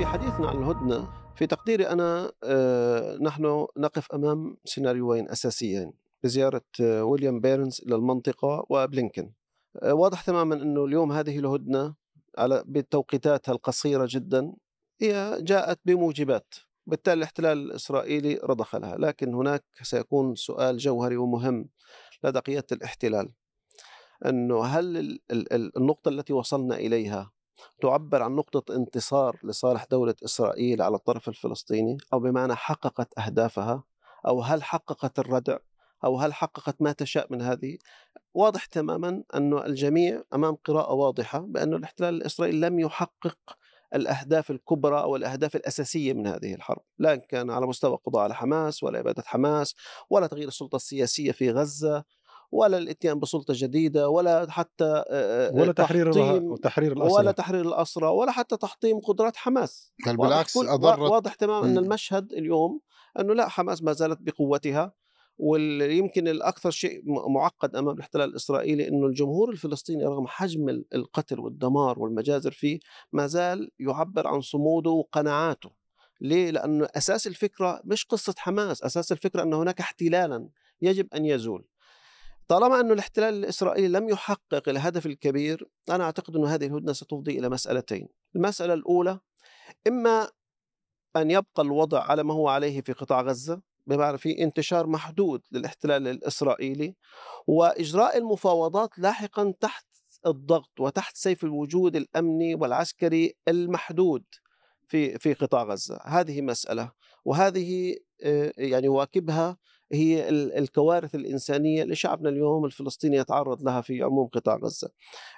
حديثنا عن الهدنة في تقديري أنا نحن نقف أمام سيناريوين أساسيين بزيارة ويليام بيرنز إلى المنطقة وبلينكن. واضح تماما أنه اليوم هذه الهدنة بتوقيتاتها القصيرة جدا هي جاءت بموجبات، بالتالي الاحتلال الإسرائيلي رضخ لها، لكن هناك سيكون سؤال جوهري ومهم لدى قيادة الاحتلال، أنه هل النقطة التي وصلنا إليها تعبر عن نقطة انتصار لصالح دولة إسرائيل على الطرف الفلسطيني، أو بمعنى حققت أهدافها، أو هل حققت الردع، أو هل حققت ما تشاء من هذه. واضح تماما أن الجميع أمام قراءة واضحة بأن الاحتلال الإسرائيلي لم يحقق الأهداف الكبرى أو الأهداف الأساسية من هذه الحرب، لا كان على مستوى القضاء على حماس ولا إبادة حماس ولا تغيير السلطة السياسية في غزة ولا الاتيان بسلطة جديدة ولا حتى ولا تحطيم وتحرير ولا الأسرى. تحرير الأسرى ولا حتى تحطيم قدرات حماس. بل واضح بالعكس كل أضرت. واضح تماما أن المشهد اليوم أنه لا، حماس ما زالت بقوتها. ويمكن الأكثر شيء معقد أمام الاحتلال الإسرائيلي أنه الجمهور الفلسطيني رغم حجم القتل والدمار والمجازر فيه ما زال يعبر عن صموده وقناعاته. ليه؟ لأنه أساس الفكرة مش قصة حماس، أساس الفكرة أن هناك احتلالا يجب أن يزول. طالما أن الاحتلال الإسرائيلي لم يحقق الهدف الكبير، أنا أعتقد أن هذه الهدنة ستفضي إلى مسألتين. المسألة الأولى، إما أن يبقى الوضع على ما هو عليه في قطاع غزة، بمعنى في انتشار محدود للاحتلال الإسرائيلي وإجراء المفاوضات لاحقا تحت الضغط وتحت سيف الوجود الأمني والعسكري المحدود في قطاع غزة. هذه مسألة، وهذه يعني يواكبها هي الكوارث الإنسانية اللي شعبنا اليوم الفلسطيني يتعرض لها في عموم قطاع غزة.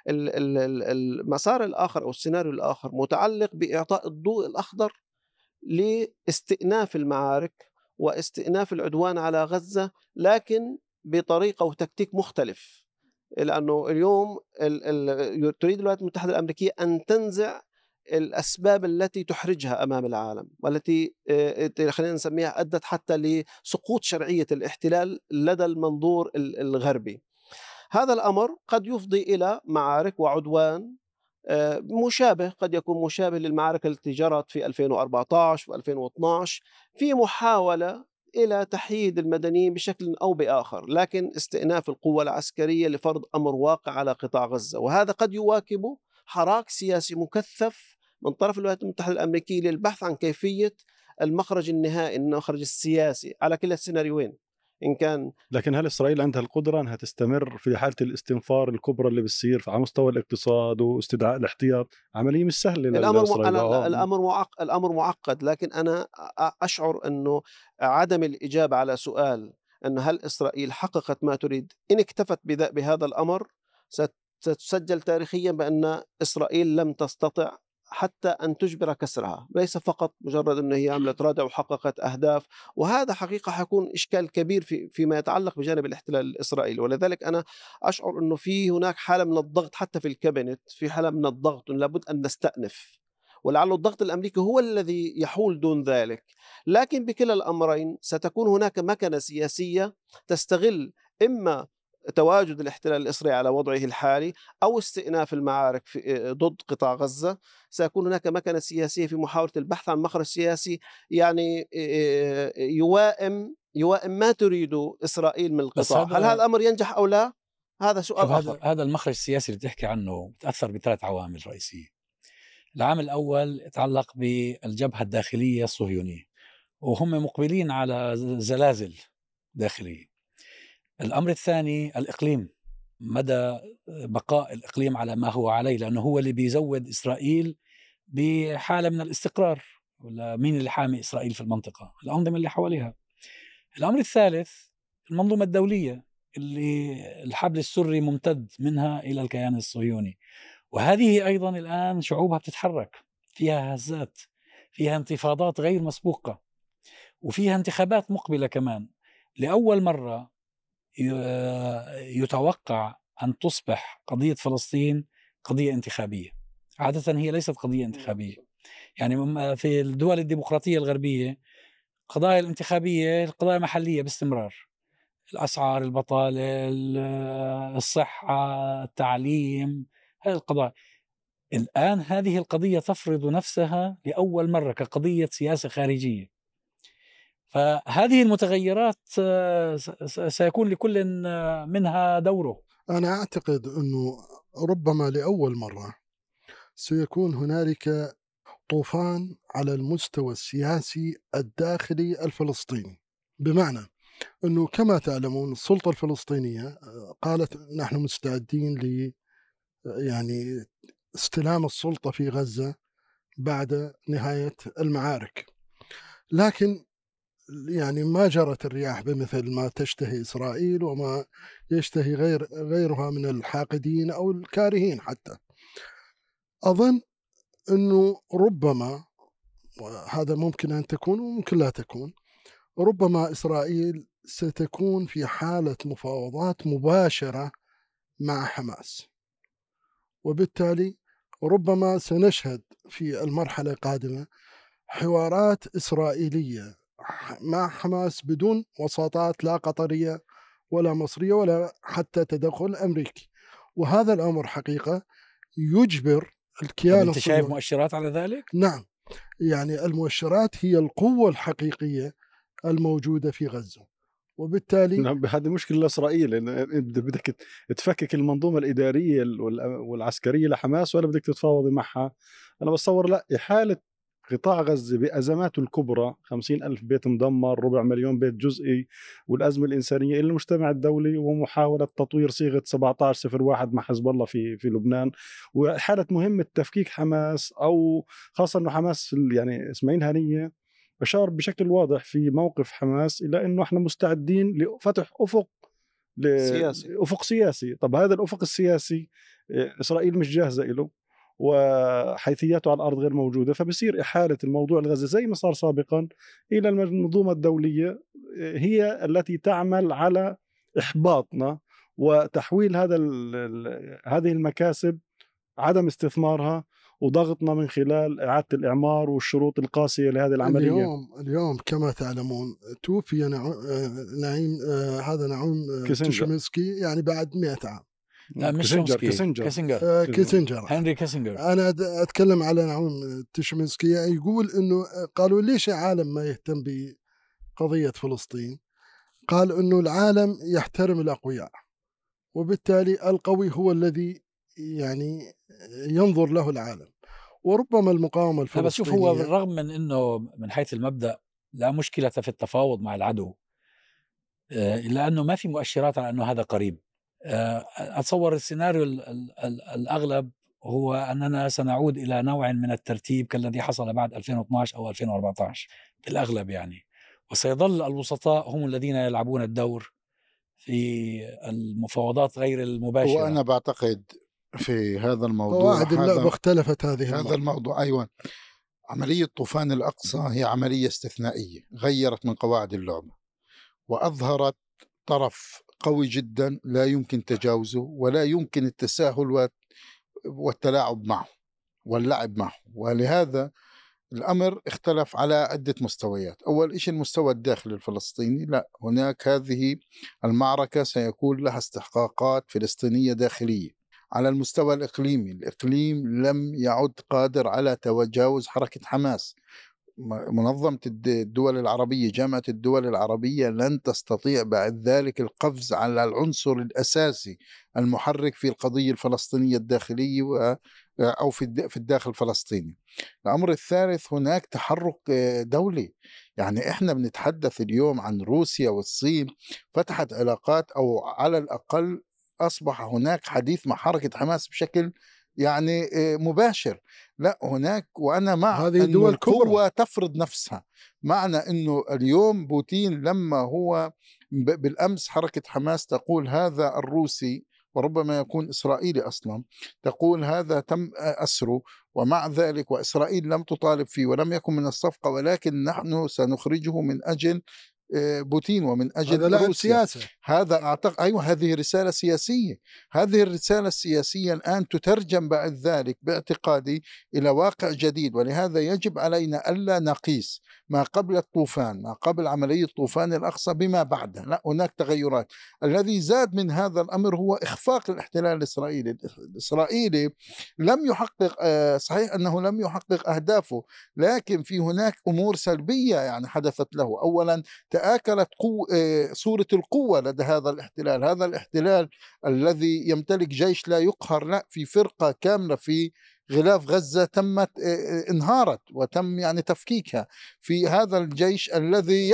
المسار الآخر أو السيناريو الآخر متعلق بإعطاء الضوء الأخضر لاستئناف المعارك واستئناف العدوان على غزة، لكن بطريقة وتكتيك مختلف. لأنه اليوم تريد الولايات المتحدة الأمريكية أن تنزع الأسباب التي تحرجها أمام العالم والتي خلينا نسميها أدت حتى لسقوط شرعية الاحتلال لدى المنظور الغربي. هذا الأمر قد يفضي إلى معارك وعدوان مشابه، قد يكون مشابه للمعارك التي جرت في 2014 و2012 في محاولة إلى تحييد المدنيين بشكل أو بآخر، لكن استئناف القوة العسكرية لفرض أمر واقع على قطاع غزة. وهذا قد يواكبه حراك سياسي مكثف من طرف الولايات المتحدة الأمريكية للبحث عن كيفية المخرج النهائي، المخرج السياسي على كلا السيناريوين. إن كان لكن هل إسرائيل عندها القدرة أنها تستمر في حالة الاستنفار الكبرى اللي بتصير على مستوى الاقتصاد واستدعاء الاحتياط؟ عملية مش سهلة لإسرائيل. الأمر معقد، لكن أنا أشعر أنه عدم الإجابة على سؤال أن هل إسرائيل حققت ما تريد إن اكتفت بهذا الأمر ستسجل تاريخيا بأن إسرائيل لم تستطع حتى أن تجبر كسرها، ليس فقط مجرد أن هي عملت ردع وحققت أهداف. وهذا حقيقة حيكون إشكال كبير فيما يتعلق بجانب الاحتلال الإسرائيلي. ولذلك أنا أشعر أنه في هناك حالة من الضغط حتى في الكابينت، في حالة من الضغط لابد أن نستأنف، ولعل الضغط الأمريكي هو الذي يحول دون ذلك. لكن بكلا الأمرين ستكون هناك مكنة سياسية تستغل إما تواجد الاحتلال الإسرائيلي على وضعه الحالي أو استئناف المعارك ضد قطاع غزة. سيكون هناك مكنة سياسية في محاولة البحث عن مخرج سياسي يعني يوائم ما تريد إسرائيل من بس القطاع. هل هذا الأمر ينجح أو لا؟ هذا سؤال شوف، آخر. هذا المخرج السياسي اللي بتحكي عنه بتأثر بثلاث عوامل رئيسية. العامل الأول يتعلق بالجبهة الداخلية الصهيونية، وهم مقبلين على زلازل داخلية. الأمر الثاني الإقليم، مدى بقاء الإقليم على ما هو عليه، لأنه هو اللي بيزود إسرائيل بحالة من الاستقرار. ولا مين اللي حامي إسرائيل في المنطقة؟ الأنظمة اللي حواليها. الأمر الثالث المنظومة الدولية اللي الحبل السري ممتد منها إلى الكيان الصهيوني، وهذه أيضا الآن شعوبها بتتحرك، فيها هزات، فيها انتفاضات غير مسبوقة، وفيها انتخابات مقبلة كمان. لأول مرة يتوقع أن تصبح قضية فلسطين قضية انتخابية. عادة هي ليست قضية انتخابية، يعني في الدول الديمقراطية الغربية قضايا الانتخابية قضايا محلية باستمرار، الأسعار، البطالة، الصحة، التعليم، هذه القضايا. الآن هذه القضية تفرض نفسها لأول مرة كقضية سياسة خارجية. فهذه المتغيرات سيكون لكل منها دوره. أنا أعتقد أنه ربما لأول مرة سيكون هنالك طوفان على المستوى السياسي الداخلي الفلسطيني، بمعنى أنه كما تعلمون السلطة الفلسطينية قالت نحن مستعدين يعني استلام السلطة في غزة بعد نهاية المعارك، لكن يعني ما جرت الرياح بمثل ما تشتهي إسرائيل وما يشتهي غيرها من الحاقدين أو الكارهين حتى. أظن أنه ربما، وهذا ممكن أن تكون وممكن لا تكون، ربما إسرائيل ستكون في حالة مفاوضات مباشرة مع حماس، وبالتالي ربما سنشهد في المرحلة القادمة حوارات إسرائيلية مع حماس بدون وساطات لا قطرية ولا مصرية ولا حتى تدخل أمريكي، وهذا الأمر حقيقة يجبر الكيان. أنت شايف مؤشرات على ذلك؟ نعم، يعني المؤشرات هي القوة الحقيقية الموجودة في غزة، وبالتالي نعم هذه مشكلة لإسرائيل، لأن بدك تفكك المنظومة الإدارية والعسكرية لحماس ولا بدك تتفاوضي معها. أنا بتصور لا، إحالة قطاع غزة بأزماته الكبرى، 50,000 بيت مدمر، 250,000 بيت جزئي، والأزمة الإنسانية إلى المجتمع الدولي، ومحاولة تطوير صيغة 1701 مع حزب الله في لبنان، وإحالة مهمة تفكيك حماس، أو خاصة أنه حماس يعني إسماعيل هنية أشار بشكل واضح في موقف حماس إلى أنه إحنا مستعدين لفتح أفق سياسي. طب هذا الأفق السياسي إسرائيل مش جاهزة له، وحيثياته على الأرض غير موجودة، فبصير إحالة الموضوع الغزة زي ما صار سابقا إلى المنظومة الدولية، هي التي تعمل على إحباطنا وتحويل هذه المكاسب، عدم استثمارها، وضغطنا من خلال إعادة الإعمار والشروط القاسية لهذه العملية. اليوم كما تعلمون توفي نعيم هذا نعيم تشمسكي يعني بعد 100 عام. لا مش كيسنجر. هنري كيسنجر. أنا أتكلم على نعيم تشمسكي، يقول إنه قالوا ليش العالم ما يهتم بقضية فلسطين؟ قال إنه العالم يحترم الأقوياء، وبالتالي القوي هو الذي يعني ينظر له العالم، وربما المقاومة الفلسطينية. بس شوف، هو بالرغم من أنه من حيث المبدأ لا مشكلة في التفاوض مع العدو، إلا أنه ما في مؤشرات على أنه هذا قريب. أتصور السيناريو الأغلب هو أننا سنعود إلى نوع من الترتيب كالذي حصل بعد 2012 أو 2014 بالأغلب يعني، وسيظل الوسطاء هم الذين يلعبون الدور في المفاوضات غير المباشرة. وأنا بعتقد في هذا الموضوع قواعد اللعبة اختلفت هذا الموضوع. أيوة، عملية طوفان الأقصى هي عملية استثنائية غيرت من قواعد اللعبة، وأظهرت طرف قوي جدا لا يمكن تجاوزه ولا يمكن التساهل والتلاعب معه واللعب معه. ولهذا الأمر اختلف على عدة مستويات. أول شيء المستوى الداخلي الفلسطيني، لا، هناك هذه المعركة سيكون لها استحقاقات فلسطينية داخلية. على المستوى الإقليمي، الإقليم لم يعد قادر على تجاوز حركة حماس. منظمة الدول العربية، جامعة الدول العربية لن تستطيع بعد ذلك القفز على العنصر الأساسي المحرك في القضية الفلسطينية الداخلية أو في الداخل الفلسطيني. الأمر الثالث، هناك تحرك دولي. يعني إحنا بنتحدث اليوم عن روسيا والصين فتحت علاقات، أو على الأقل أصبح هناك حديث مع حركة حماس بشكل يعني مباشر. لا، هناك، وأنا مع هذه الدول القوة تفرض نفسها. معنى أنه اليوم بوتين لما هو بالأمس حركة حماس تقول هذا الروسي، وربما يكون إسرائيلي أصلا، تقول هذا تم أسره، ومع ذلك وإسرائيل لم تطالب فيه ولم يكن من الصفقة، ولكن نحن سنخرجه من أجل بوتين ومن هذا أجل لاعب روسيا. سياسة. هذا أعتقد أيوة، هذه رسالة سياسية. هذه الرسالة السياسية الآن تترجم بعد ذلك باعتقادي إلى واقع جديد، ولهذا يجب علينا ألا نقيس ما قبل الطوفان، ما قبل عملية طوفان الأقصى بما بعده. لا، هناك تغيرات. الذي زاد من هذا الأمر هو إخفاق الاحتلال الإسرائيلي. الإسرائيلي لم يحقق، صحيح أنه لم يحقق أهدافه، لكن في هناك أمور سلبية يعني حدثت له. أولا تآكلت صورة القوة لدى هذا الاحتلال. هذا الاحتلال الذي يمتلك جيش لا يقهر، لا، في فرقة كاملة في غلاف غزة تمت انهارت وتم يعني تفكيكها. في هذا الجيش الذي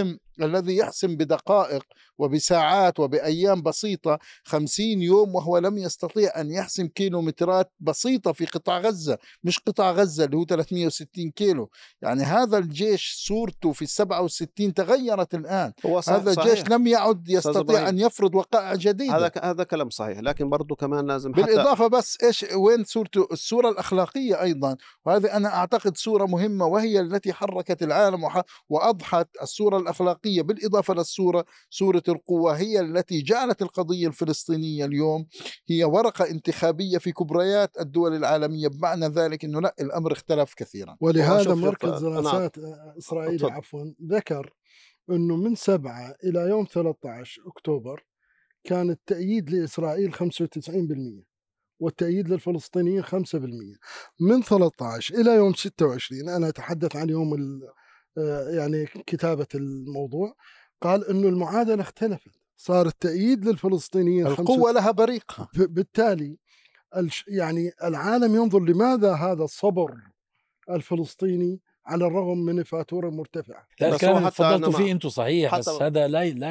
يحسم بدقائق وبساعات وبأيام بسيطة 50 يوم، وهو لم يستطيع أن يحسم كيلومترات بسيطة في قطاع غزة، مش قطاع غزة اللي هو 360 كيلو. يعني هذا الجيش صورته في 67 تغيرت الآن. هذا الجيش لم يعد يستطيع أن يفرض وقائع جديدة. هذا كلام صحيح، لكن برضو كمان لازم بالإضافة بس إيش وين صورته؟ الصورة الأخلاقية أيضا، وهذه أنا أعتقد صورة مهمة، وهي التي حركت العالم وأضحت. الصورة الأخلاقية بالإضافة صورة القوة هي التي جعلت القضية الفلسطينية اليوم هي ورقة انتخابية في كبريات الدول العالمية، بمعنى ذلك أنه لا، الأمر اختلف كثيرا. ولهذا مركز دراسات إسرائيلي ذكر أنه من 7 إلى يوم 13 أكتوبر كان التأييد لإسرائيل 95% والتأييد للفلسطينيين 5%. من 13 إلى يوم 26، أنا أتحدث عن يوم يعني كتابة الموضوع، قال أنه المعادلة اختلفت، صار التأييد للفلسطينيين القوة لها بريقها. بالتالي يعني العالم ينظر لماذا هذا الصبر الفلسطيني على الرغم من الفاتورة المرتفعة. لا، الكلام اللي تفضلتوا فيه انتم صحيح، بس هذا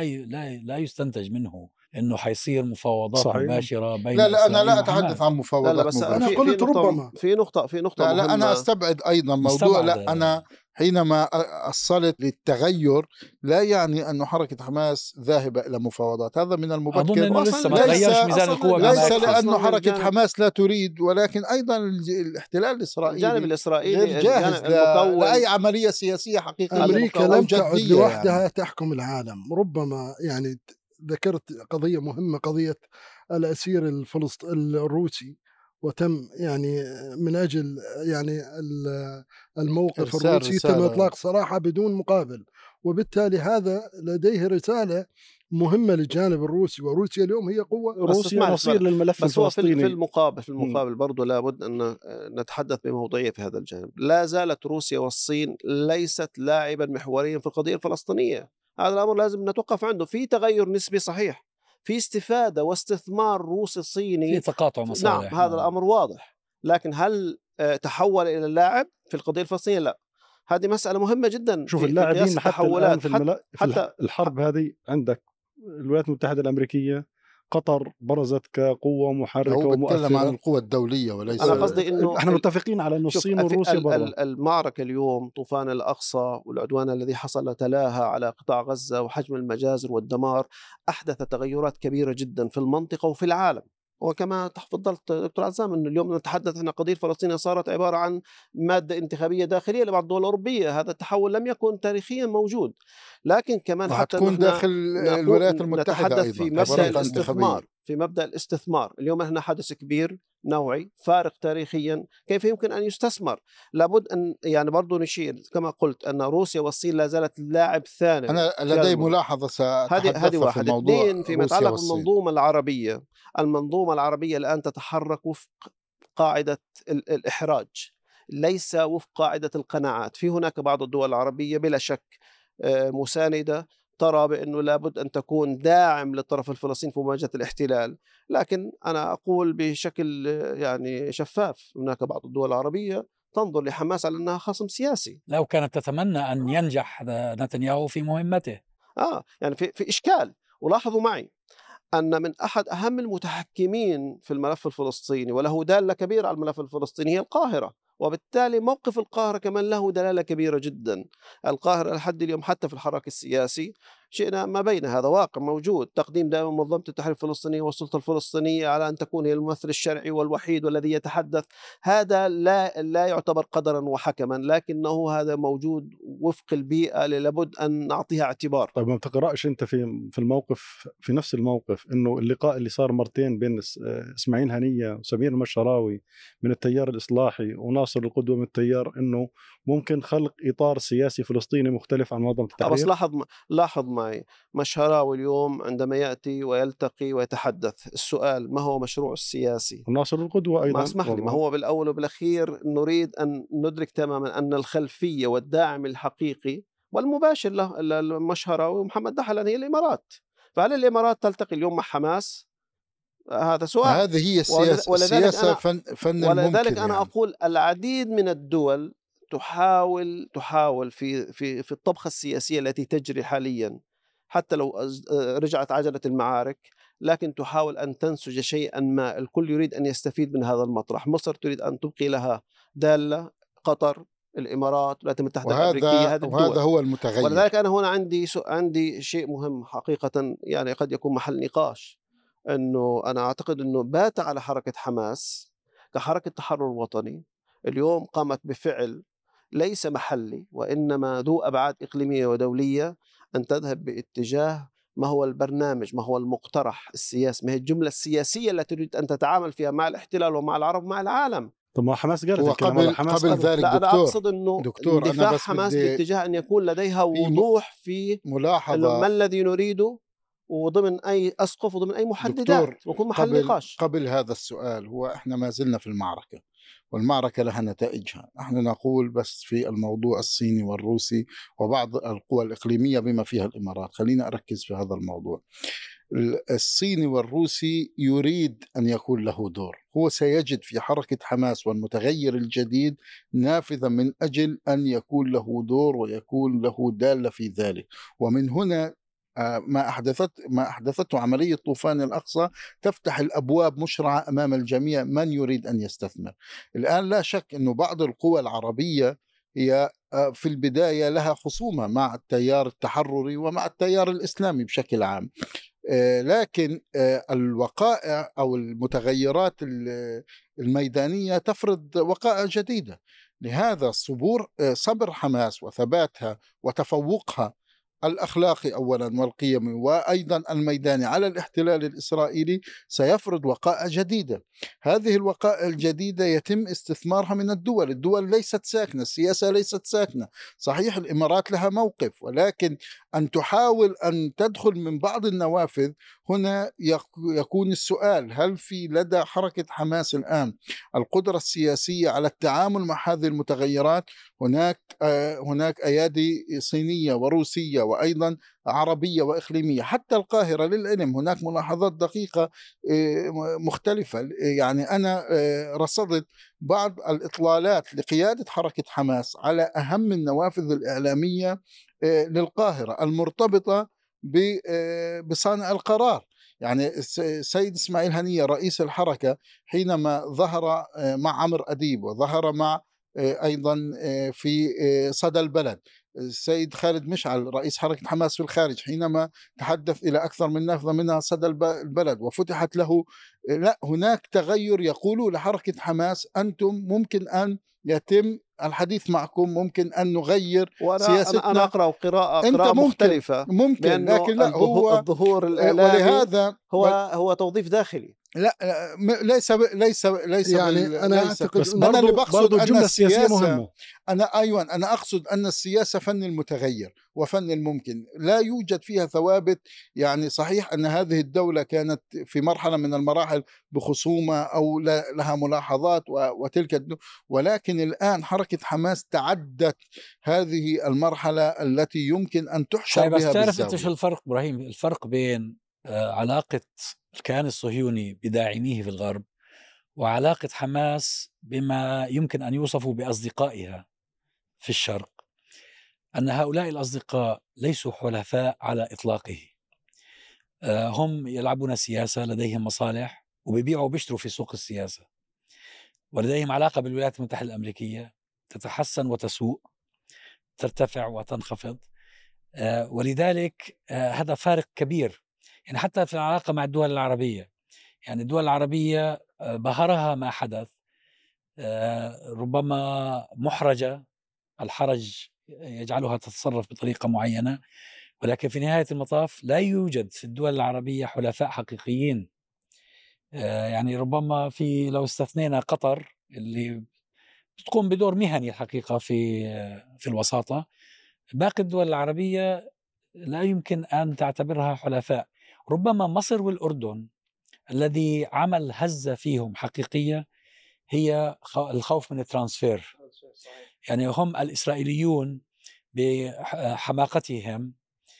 لا يستنتج منه انه حيصير مفاوضات صحيح. مباشرة بين لا انا لا اتحدث عن مفاوضات بس مباشرة. انا قلت ربما في نقطة لا انا استبعد ايضا موضوع. لا، انا حينما أصلت للتغير لا يعني أن حركة حماس ذاهبة إلى مفاوضات. هذا من المبكر. أظن أنه لسه ما تغيرش ميزان القوة. ليس لأنه حركة حماس لا تريد، ولكن أيضا الاحتلال الإسرائيلي الجانب الإسرائيلي غير جاهز لأي عملية سياسية حقيقية. أمريكا لم تعد لوحدها يعني تحكم العالم. ربما يعني ذكرت قضية مهمة، قضية الأسير الروسي، وتم يعني من أجل يعني الموقف الروسي تم إطلاق سراحة بدون مقابل، وبالتالي هذا لديه رسالة مهمة للجانب الروسي. وروسيا اليوم هي قوة. روسيا نصير للملف بس الفلسطيني. في المقابل برضو لابد أن نتحدث بموضوعية في هذا الجانب. لا زالت روسيا والصين ليست لاعبا محوريا في القضية الفلسطينية. هذا الأمر لازم نتوقف عنده. في تغير نسبي صحيح، في استفادة واستثمار روسي صيني، في تقاطع مصالح. نعم، هذا الأمر واضح، لكن هل تحول إلى اللاعب في القضية الفلسطينية؟ لا. هذه مسألة مهمة جدا. شوف اللاعبين حتى الحرب هذه عندك الولايات المتحدة الأمريكية، قطر برزت كقوة محركة ومؤثرة. بتكلم عن القوة الدولية وليس. أنا قصدي إنه احنا متفقين على أن الصين وروسيا المعركة اليوم، طوفان الأقصى والعدوان الذي حصل تلاها على قطاع غزة وحجم المجازر والدمار أحدث تغيرات كبيرة جدا في المنطقة وفي العالم. وكما تفضلت دكتور عزام أن اليوم نتحدث عن قضية فلسطين صارت عبارة عن مادة انتخابية داخلية لبعض الدول الأوروبية. هذا التحول لم يكن تاريخيا موجود، لكن كمان حتى تكون داخل الولايات المتحدة نتحدث في مبدأ الاستثمار. في مبدأ الاستثمار اليوم احنا حدث كبير نوعي فارق تاريخيا، كيف يمكن أن يستثمر؟ لابد أن يعني برضو نشير كما قلت أن روسيا والصين لا زالت لاعب ثاني. أنا لدي ملاحظة هذه واحد. اثنين، فيما يتعلق بالمنظومة العربية. المنظومة العربية الآن تتحرك وفق قاعدة الإحراج، ليس وفق قاعدة القناعات. في هناك بعض الدول العربية بلا شك مساندة، ترى بأنه لابد أن تكون داعم للطرف الفلسطيني في مواجهة الاحتلال، لكن أنا أقول بشكل يعني شفاف هناك بعض الدول العربية تنظر لحماس على أنها خصم سياسي. لو كانت تتمنى أن ينجح نتنياهو في مهمته. يعني في إشكال. ولاحظوا معي أن من أحد أهم المتحكمين في الملف الفلسطيني وله دالة كبيرة على الملف الفلسطيني هي القاهرة، وبالتالي موقف القاهرة كمان له دلالة كبيرة جدا. القاهرة لحد اليوم حتى في الحراك السياسي شئنا ما بين، هذا واقع موجود. تقديم دائما منظمة التحرير الفلسطينية والسلطة الفلسطينية على أن تكون هي الممثل الشرعي والوحيد والذي يتحدث، هذا لا يعتبر قدرا وحكما، لكنه هذا موجود وفق البيئة اللي لابد أن نعطيها اعتبار. طيب ما بتقرأش أنت في الموقف، في نفس الموقف، إنه اللقاء اللي صار مرتين بين إسماعيل هنية وسمير المشراوي من التيار الإصلاحي وناصر القدوة من التيار، إنه ممكن خلق إطار سياسي فلسطيني مختلف عن منظمة التحرير؟ بس لاحظ معي، مشراوي اليوم عندما يأتي ويلتقي ويتحدث، السؤال ما هو مشروع السياسي؟ وناصر القدوة أيضا. ما اسمح لي، ما هو بالأول وبالأخير نريد أن ندرك تماما أن الخلفية والداعم الحقيقي والمباشر للمشراوي ومحمد دحلان هي الإمارات. فهل الإمارات تلتقي اليوم مع حماس؟ هذا سؤال. هذه هي السياسة، السياسة فن ولذلك أنا يعني. أقول العديد من الدول تحاول في الطبخة السياسية التي تجري حاليا، حتى لو رجعت عجلة المعارك، لكن تحاول أن تنسج شيئا ما. الكل يريد أن يستفيد من هذا المطرح. مصر تريد أن تبقي لها دالة، قطر، الإمارات، الولايات المتحدة الأمريكية، هذه الدول. وهذا هو المتغير. ولذلك أنا هنا عندي شيء مهم حقيقة، يعني قد يكون محل نقاش، أنه أنا أعتقد أنه بات على حركة حماس كحركة تحرر وطني اليوم قامت بفعل ليس محلي وإنما ذو أبعاد إقليمية ودولية، أن تذهب باتجاه ما هو البرنامج، ما هو المقترح السياسي، ما هي الجملة السياسية التي تريد أن تتعامل فيها مع الاحتلال ومع العرب ومع العالم. طب ما حماس قالت الكلام هذا. قبل ذلك لا، دكتور، أنا أقصد أنه اندفاع حماس باتجاه أن يكون لديها وضوح في ملاحظة ما الذي نريده وضمن أي أسقف وضمن أي محددات ويكون محل نقاش. قبل هذا السؤال، هو إحنا ما زلنا في المعركة، والمعركة لها نتائجها. نحن نقول بس في الموضوع الصيني والروسي وبعض القوى الإقليمية بما فيها الإمارات. خلينا أركز في هذا الموضوع. الصيني والروسي يريد أن يكون له دور، هو سيجد في حركة حماس والمتغير الجديد نافذة من أجل أن يكون له دور ويكون له دالة في ذلك. ومن هنا ما أحدثته عملية طوفان الأقصى تفتح الأبواب مشرعة أمام الجميع من يريد أن يستثمر. الآن لا شك أن بعض القوى العربية هي في البداية لها خصومة مع التيار التحرري ومع التيار الإسلامي بشكل عام، لكن الوقائع أو المتغيرات الميدانية تفرض وقائع جديدة. لهذا صبر حماس وثباتها وتفوقها الأخلاقي أولا والقيمي وأيضا الميداني على الاحتلال الإسرائيلي سيفرض وقائع جديدة. هذه الوقائع الجديدة يتم استثمارها من الدول ليست ساكنة، السياسة ليست ساكنة. صحيح الإمارات لها موقف، ولكن أن تحاول أن تدخل من بعض النوافذ. هنا يكون السؤال، هل في لدى حركة حماس الآن القدرة السياسية على التعامل مع هذه المتغيرات؟ هناك أيادي صينية وروسية وأيضا عربية وإقليمية، حتى القاهرة للعلم هناك ملاحظات دقيقة مختلفة. يعني أنا رصدت بعض الإطلالات لقيادة حركة حماس على أهم النوافذ الإعلامية للقاهرة المرتبطة بصانع القرار. يعني السيد إسماعيل هنية رئيس الحركة حينما ظهر مع عمرو أديب وظهر مع أيضا في صدى البلد السيد خالد مشعل رئيس حركة حماس في الخارج حينما تحدث إلى أكثر من نافذة منها صدى البلد وفتحت له، لا هناك تغير. يقولوا لحركة حماس أنتم ممكن أن يتم الحديث معكم، ممكن أن نغير سياستنا. أنا أقرأ قراءة مختلفة ممكن لكن لا، هو الظهور الإعلامي ولهذا هو توظيف داخلي. لا ليس يعني أنا أعتقد بس أنا اللي بقصد أن الجملة السياسية مهمة. أنا أقصد أن السياسة فن المتغير وفن الممكن، لا يوجد فيها ثوابت. يعني صحيح أن هذه الدولة كانت في مرحلة من المراحل بخصومة أو لها ملاحظات وتلك، ولكن الآن حركة حماس تعدت هذه المرحلة التي يمكن أن تحشر بها بالزاوية. بس تعرف أنت شو الفرق إبراهيم؟ الفرق بين علاقة الكيان الصهيوني بداعميه في الغرب وعلاقة حماس بما يمكن أن يوصفوا بأصدقائها في الشرق، أن هؤلاء الأصدقاء ليسوا حلفاء على إطلاقه. هم يلعبون سياسة، لديهم مصالح وبيبيعوا وبيشتروا في سوق السياسة، ولديهم علاقة بالولايات المتحدة الأمريكية تتحسن وتسوء، ترتفع وتنخفض. ولذلك هذا فارق كبير. يعني حتى في العلاقة مع الدول العربية، يعني الدول العربية بهرها ما حدث، ربما محرجة، الحرج يجعلها تتصرف بطريقة معينة، ولكن في نهاية المطاف لا يوجد في الدول العربية حلفاء حقيقيين. يعني ربما لو استثنينا قطر اللي بتقوم بدور مهني الحقيقة في الوساطة، باقي الدول العربية لا يمكن أن تعتبرها حلفاء. ربما مصر والأردن الذي عمل هزة فيهم حقيقية هي الخوف من الترانسفير. يعني هم الإسرائيليون بحماقتهم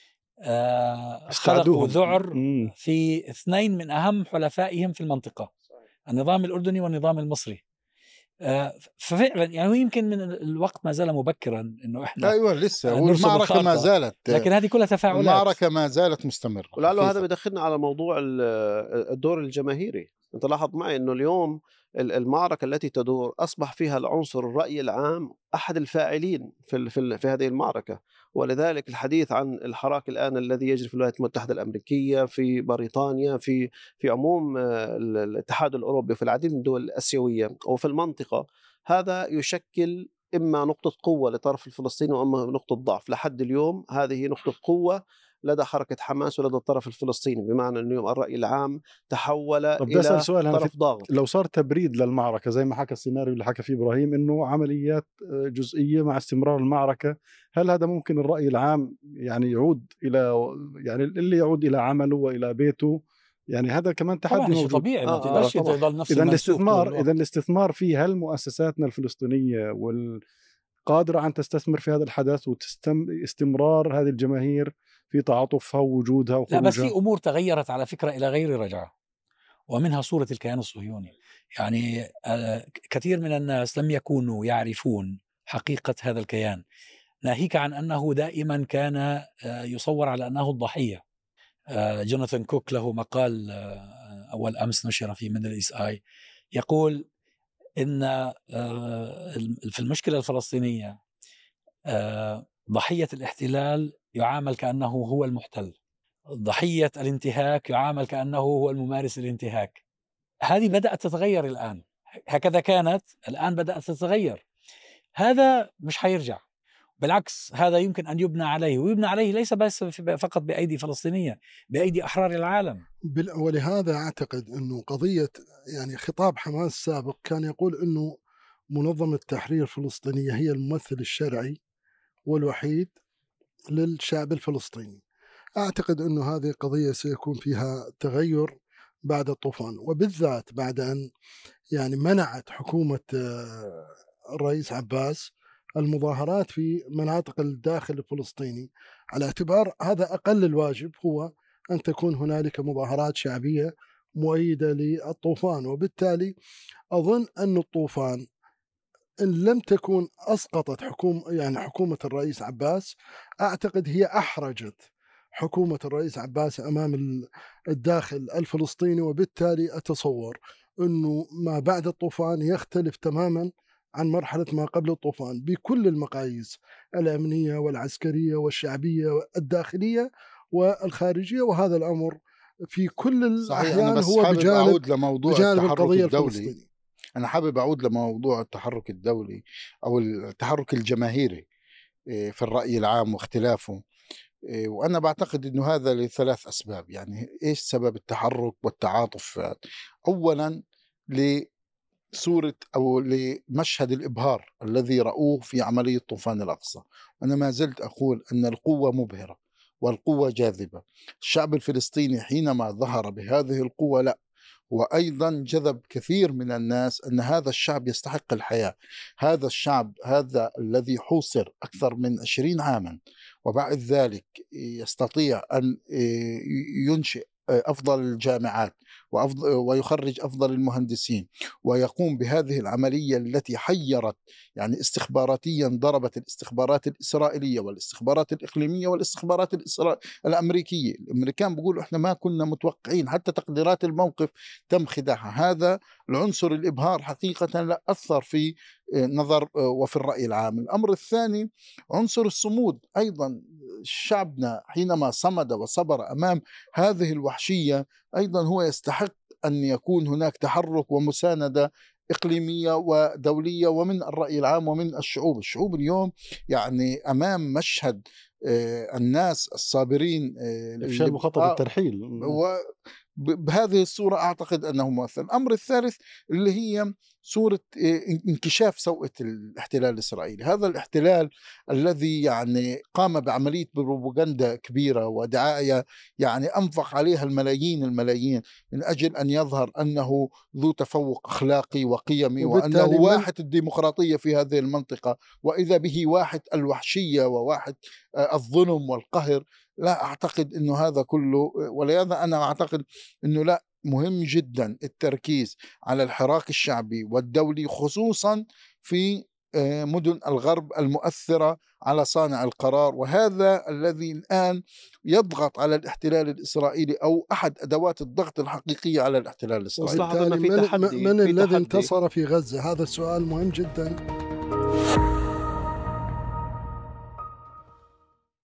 خلقوا ذعر في اثنين من أهم حلفائهم في المنطقة، النظام الأردني والنظام المصري. ففعلا يعني يمكن من الوقت ما زال مبكرا انه احنا ايوه لسه والمعركه ما زالت، لكن هذه كلها تفاعلات، المعركه ما زالت مستمره. ولعله هذا بدخلنا على موضوع الدور الجماهيري. انت لاحظ معي انه اليوم المعركه التي تدور اصبح فيها العنصر الراي العام احد الفاعلين في هذه المعركه، ولذلك الحديث عن الحراك الان الذي يجري في الولايات المتحده الامريكيه، في بريطانيا، في عموم الاتحاد الاوروبي، في العديد من الدول الاسيويه وفي المنطقه، هذا يشكل إما نقطة قوة لطرف الفلسطيني وإما نقطة ضعف. لحد اليوم هذه نقطة قوة لدى حركة حماس ولدى الطرف الفلسطيني، بمعنى أن اليوم الرأي العام تحول إلى طرف ضاغط. لو صار تبريد للمعركة زي ما حكى السيناريو اللي حكى فيه إبراهيم إنه عمليات جزئية مع استمرار المعركة، هل هذا ممكن الرأي العام يعني يعود إلى يعني اللي يعود إلى عمله وإلى بيته؟ يعني هذا كمان تحدي موجود. طبيعي ما تقدرش يضل نفس إذا الاستثمار فيه، هل مؤسساتنا الفلسطينية قادرة أن تستثمر في هذا الحدث واستمرار هذه الجماهير في تعاطفها ووجودها وخروجها؟ لا بس في أمور تغيرت على فكرة إلى غير رجعة، ومنها صورة الكيان الصهيوني. يعني كثير من الناس لم يكونوا يعرفون حقيقة هذا الكيان، ناهيك عن أنه دائما كان يصور على أنه الضحية. جوناثان كوك له مقال أول أمس نشر في ميدل إيست آي يقول إن في المشكلة الفلسطينية ضحية الاحتلال يعامل كأنه هو المحتل، ضحية الانتهاك يعامل كأنه هو الممارس الانتهاك. هذه بدأت تتغير الآن، هكذا كانت، الآن بدأت تتغير. هذا مش حيرجع، بالعكس هذا يمكن أن يبنى عليه، ويبنى عليه ليس بس فقط بأيدي فلسطينية، بأيدي أحرار العالم. ولهذا أعتقد أنه قضية يعني خطاب حماس السابق كان يقول أنه منظمة التحرير الفلسطينية هي الممثل الشرعي والوحيد للشعب الفلسطيني. أعتقد أنه هذه قضية سيكون فيها تغير بعد الطوفان، وبالذات بعد أن يعني منعت حكومة الرئيس عباس المظاهرات في مناطق الداخل الفلسطيني، على اعتبار هذا أقل الواجب هو أن تكون هنالك مظاهرات شعبية مؤيدة للطوفان. وبالتالي أظن أن الطوفان إن لم تكن أسقطت حكومة الرئيس عباس، أعتقد هي أحرجت حكومة الرئيس عباس أمام الداخل الفلسطيني. وبالتالي أتصور أنه ما بعد الطوفان يختلف تماما عن مرحلة ما قبل الطوفان بكل المقاييس الأمنية والعسكرية والشعبية والداخلية والخارجية، وهذا الأمر في كل الأحيان هو بجانب القضية الفلسطينية. أنا حابب أعود لموضوع التحرك الدولي أو التحرك الجماهيري في الرأي العام واختلافه، وأنا بعتقد أنه هذا لثلاث أسباب. يعني إيش سبب التحرك والتعاطف؟ أولا لصورة أو لمشهد الإبهار الذي رأوه في عملية طوفان الأقصى. أنا ما زلت أقول أن القوة مبهرة والقوة جاذبة. الشعب الفلسطيني حينما ظهر بهذه القوة لا، وأيضا جذب كثير من الناس أن هذا الشعب يستحق الحياة. هذا الشعب هذا الذي حوصر أكثر من 20 عاما وبعد ذلك يستطيع أن ينشئ أفضل الجامعات ويخرج أفضل المهندسين ويقوم بهذه العملية التي حيرت، يعني استخباراتيا ضربت الاستخبارات الإسرائيلية والاستخبارات الإقليمية والاستخبارات الأمريكية. الأمريكان بيقولوا إحنا ما كنا متوقعين، حتى تقديرات الموقف تم خداعها. هذا العنصر الإبهار حقيقة لا أثر في نظر وفي الرأي العام. الأمر الثاني عنصر الصمود أيضا. شعبنا حينما صمد وصبر أمام هذه الوحشية أيضا هو يستحق أن يكون هناك تحرك ومساندة إقليمية ودولية ومن الرأي العام ومن الشعوب. الشعوب اليوم يعني أمام مشهد الناس الصابرين إفشال مخطط الترحيل، بهذه الصورة أعتقد أنه مؤثر. الأمر الثالث اللي هي صورة انكشاف سوءة الاحتلال الإسرائيلي. هذا الاحتلال الذي يعني قام بعملية بروباغندا كبيرة ودعاية يعني أنفق عليها الملايين من أجل أن يظهر أنه ذو تفوق أخلاقي وقيمي وأنه واحد الديمقراطية في هذه المنطقة، وإذا به واحد الوحشية وواحد الظلم والقهر. لا أعتقد أنه هذا كله، ولهذا أنا أعتقد أنه لا، مهم جدا التركيز على الحراك الشعبي والدولي خصوصا في مدن الغرب المؤثرة على صانع القرار، وهذا الذي الآن يضغط على الاحتلال الإسرائيلي أو أحد أدوات الضغط الحقيقية على الاحتلال الإسرائيلي. من الذي انتصر في غزة؟ هذا السؤال مهم جدا.